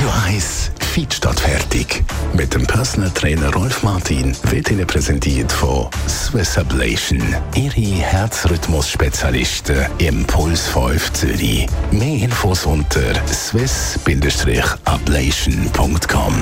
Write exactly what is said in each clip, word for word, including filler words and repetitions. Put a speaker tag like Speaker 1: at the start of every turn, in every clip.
Speaker 1: Radio eins Fit statt fertig. Mit dem Personal Trainer Rolf Martin wird Ihnen präsentiert von Swiss Ablation. Ihre Herzrhythmus-Spezialisten im Puls fünf Zürich. Mehr Infos unter swiss ablation punkt com.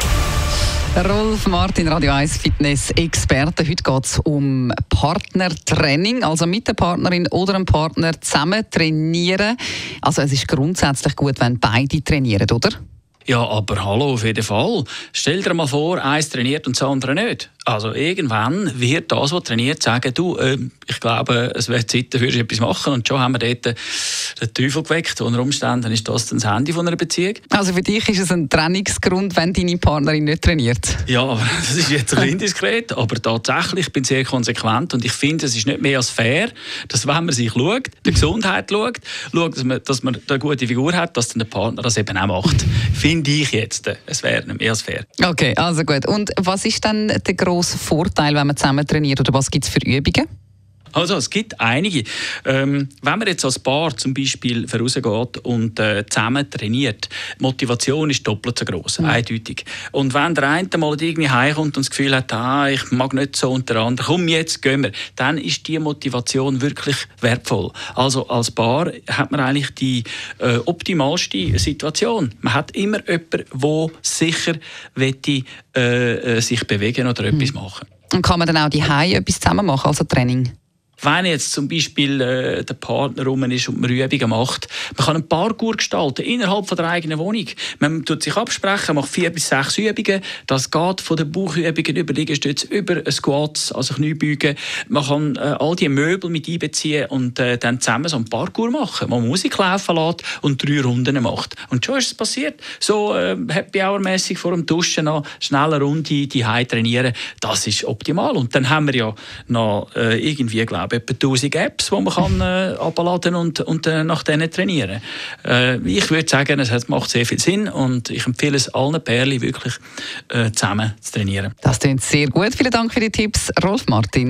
Speaker 2: Rolf Martin, Radio eins Fitness-Experte. Heute geht es um Partnertraining, also mit der Partnerin oder dem Partner zusammen trainieren. Also es ist grundsätzlich gut, wenn beide trainieren, oder?
Speaker 3: Ja, aber hallo, auf jeden Fall. Stell dir mal vor, eins trainiert und das andere nicht. Also irgendwann wird das, was trainiert, sagen, du, äh, ich glaube, es wäre Zeit dafür, etwas machen. Und schon haben wir dort den Teufel geweckt. Unter Umständen ist das dann das Handy von einer Beziehung. Also
Speaker 2: für dich ist es ein Trainingsgrund, wenn deine Partnerin nicht trainiert?
Speaker 3: Ja, das ist jetzt ein bisschen indiskret, aber tatsächlich, ich bin sehr konsequent und ich finde, es ist nicht mehr als fair, dass wenn man sich schaut, die Gesundheit schaut, schaut, dass man, dass man eine gute Figur hat, dass dann der Partner das eben auch macht. Finde ich jetzt. Es wäre nicht mehr als fair.
Speaker 2: Okay, also gut. Und was ist dann der grosse Vorteil, wenn man zusammen trainiert, oder was gibt es für Übungen?
Speaker 3: Also es gibt einige. Ähm, wenn man jetzt als Paar zum Beispiel vorausgeht und äh, zusammen trainiert, die Motivation ist doppelt so gross, mhm. eindeutig. Und wenn der eine mal irgendwie heimkommt und das Gefühl hat, ah, ich mag nicht so und der andere, komm, jetzt gehen wir, dann ist die Motivation wirklich wertvoll. Also als Paar hat man eigentlich die äh, optimalste Situation. Man hat immer jemanden, der sicher möchte, äh, sich bewegen oder mhm. etwas machen.
Speaker 2: Und kann man dann auch daheim etwas zusammen machen, also Training?
Speaker 3: Wenn jetzt zum Beispiel äh, der Partner rum ist und man Übungen macht, man kann ein Parkour gestalten innerhalb von der eigenen Wohnung. Man tut sich absprechen, macht vier bis sechs Übungen. Das geht von den Bauchübungen über Liegestütze, über Squats, also Kniebeugen. Man kann äh, all die Möbel mit einbeziehen und äh, dann zusammen so ein Parkour machen. Man Musik laufen lässt und drei Runden macht. Und schon ist es passiert. So äh, Happy Hour-mässig vor dem Duschen noch schnell eine Runde die Hause trainieren. Das ist optimal. Und dann haben wir ja noch äh, irgendwie, glaube etwa tausend Apps, die man kann, äh, abladen und, und äh, nach denen trainieren kann. Äh, ich würde sagen, es macht sehr viel Sinn und ich empfehle es allen Pärchen wirklich äh, zusammen zu trainieren.
Speaker 2: Das klingt sehr gut. Vielen Dank für die Tipps, Rolf Martin.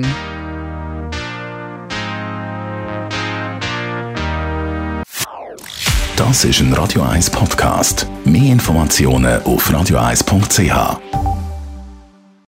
Speaker 1: Das ist ein Radio eins Podcast. Mehr Informationen auf radio eins punkt c h.